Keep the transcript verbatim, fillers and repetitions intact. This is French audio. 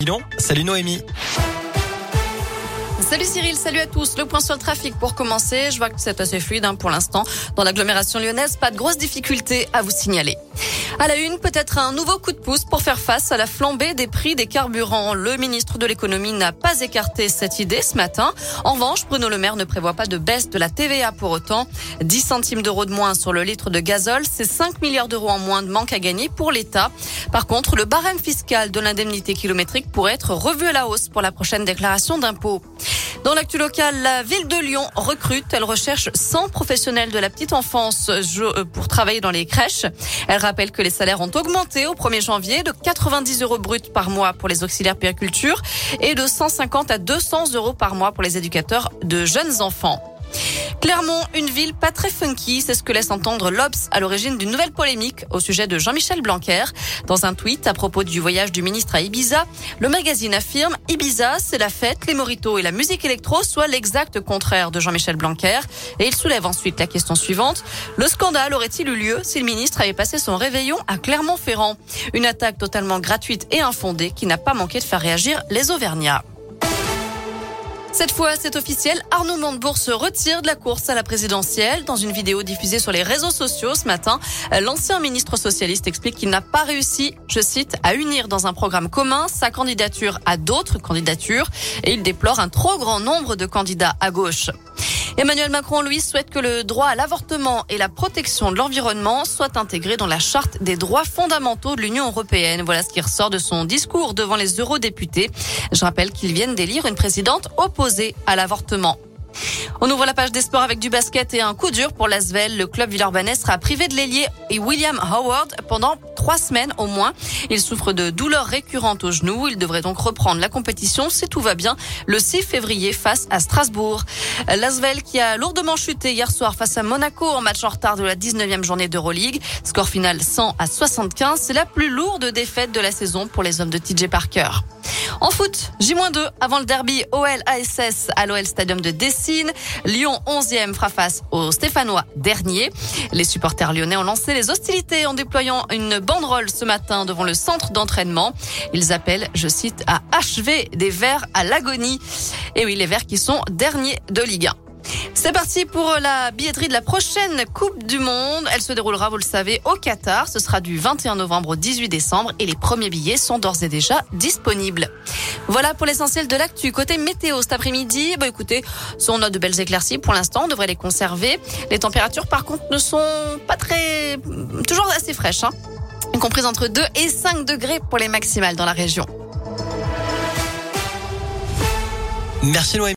Lyon. Salut Noémie. Salut Cyril, salut à tous. Le point sur le trafic pour commencer. Je vois que c'est assez fluide hein, pour l'instant. Dans l'agglomération lyonnaise, pas de grosses difficultés à vous signaler. À la une, peut-être un nouveau coup de pouce pour faire face à la flambée des prix des carburants. Le ministre de l'économie n'a pas écarté cette idée ce matin. En revanche, Bruno Le Maire ne prévoit pas de baisse de la T V A pour autant. dix centimes d'euros de moins sur le litre de gazole, c'est cinq milliards d'euros en moins de manque à gagner pour l'État. Par contre, le barème fiscal de l'indemnité kilométrique pourrait être revu à la hausse pour la prochaine déclaration d'impôt. Dans l'actu locale, la ville de Lyon recrute. Elle recherche cent professionnels de la petite enfance pour travailler dans les crèches. Elle rappelle que les salaires ont augmenté au premier janvier de quatre-vingt-dix euros bruts par mois pour les auxiliaires puériculture et de cent cinquante à deux cents euros par mois pour les éducateurs de jeunes enfants. Clermont, une ville pas très funky, c'est ce que laisse entendre l'Obs à l'origine d'une nouvelle polémique au sujet de Jean-Michel Blanquer. Dans un tweet à propos du voyage du ministre à Ibiza, le magazine affirme « Ibiza, c'est la fête, les mojitos et la musique électro, soit l'exact contraire de Jean-Michel Blanquer ». Et il soulève ensuite la question suivante. Le scandale aurait-il eu lieu si le ministre avait passé son réveillon à Clermont-Ferrand? Une attaque totalement gratuite et infondée qui n'a pas manqué de faire réagir les Auvergnats. Cette fois, c'est officiel, Arnaud Montebourg se retire de la course à la présidentielle. Dans une vidéo diffusée sur les réseaux sociaux ce matin, l'ancien ministre socialiste explique qu'il n'a pas réussi, je cite, à unir dans un programme commun sa candidature à d'autres candidatures et il déplore un trop grand nombre de candidats à gauche. Emmanuel Macron, lui, souhaite que le droit à l'avortement et la protection de l'environnement soient intégrés dans la charte des droits fondamentaux de l'Union européenne. Voilà ce qui ressort de son discours devant les eurodéputés. Je rappelle qu'ils viennent d'élire une présidente opposée à l'avortement. On ouvre la page des sports avec du basket et un coup dur pour l'Asvel. Le club villeurbanais sera privé de l'ailier et William Howard pendant trois semaines au moins. Il souffre de douleurs récurrentes au genou. Il devrait donc reprendre la compétition si tout va bien le six février face à Strasbourg. L'Asvel qui a lourdement chuté hier soir face à Monaco en match en retard de la dix-neuvième journée d'Euroleague. Score final cent à soixante-quinze. C'est la plus lourde défaite de la saison pour les hommes de T J Parker. En foot, J deux avant le derby O L A S S à l'O L Stadium de Dessine. Lyon onzième fera face aux Stéphanois dernier. Les supporters lyonnais ont lancé les hostilités en déployant une banderole ce matin devant le centre d'entraînement. Ils appellent, je cite, à achever des Verts à l'agonie. Et oui, les Verts qui sont derniers de Ligue un. C'est parti pour la billetterie de la prochaine Coupe du Monde. Elle se déroulera, vous le savez, au Qatar. Ce sera du vingt et un novembre au dix-huit décembre et les premiers billets sont d'ores et déjà disponibles. Voilà pour l'essentiel de l'actu. Côté météo cet après-midi, bah écoutez, on a de belles éclaircies pour l'instant, on devrait les conserver. Les températures par contre ne sont pas très, toujours assez fraîches, hein, comprises entre deux et cinq degrés pour les maximales dans la région. Merci Noémie.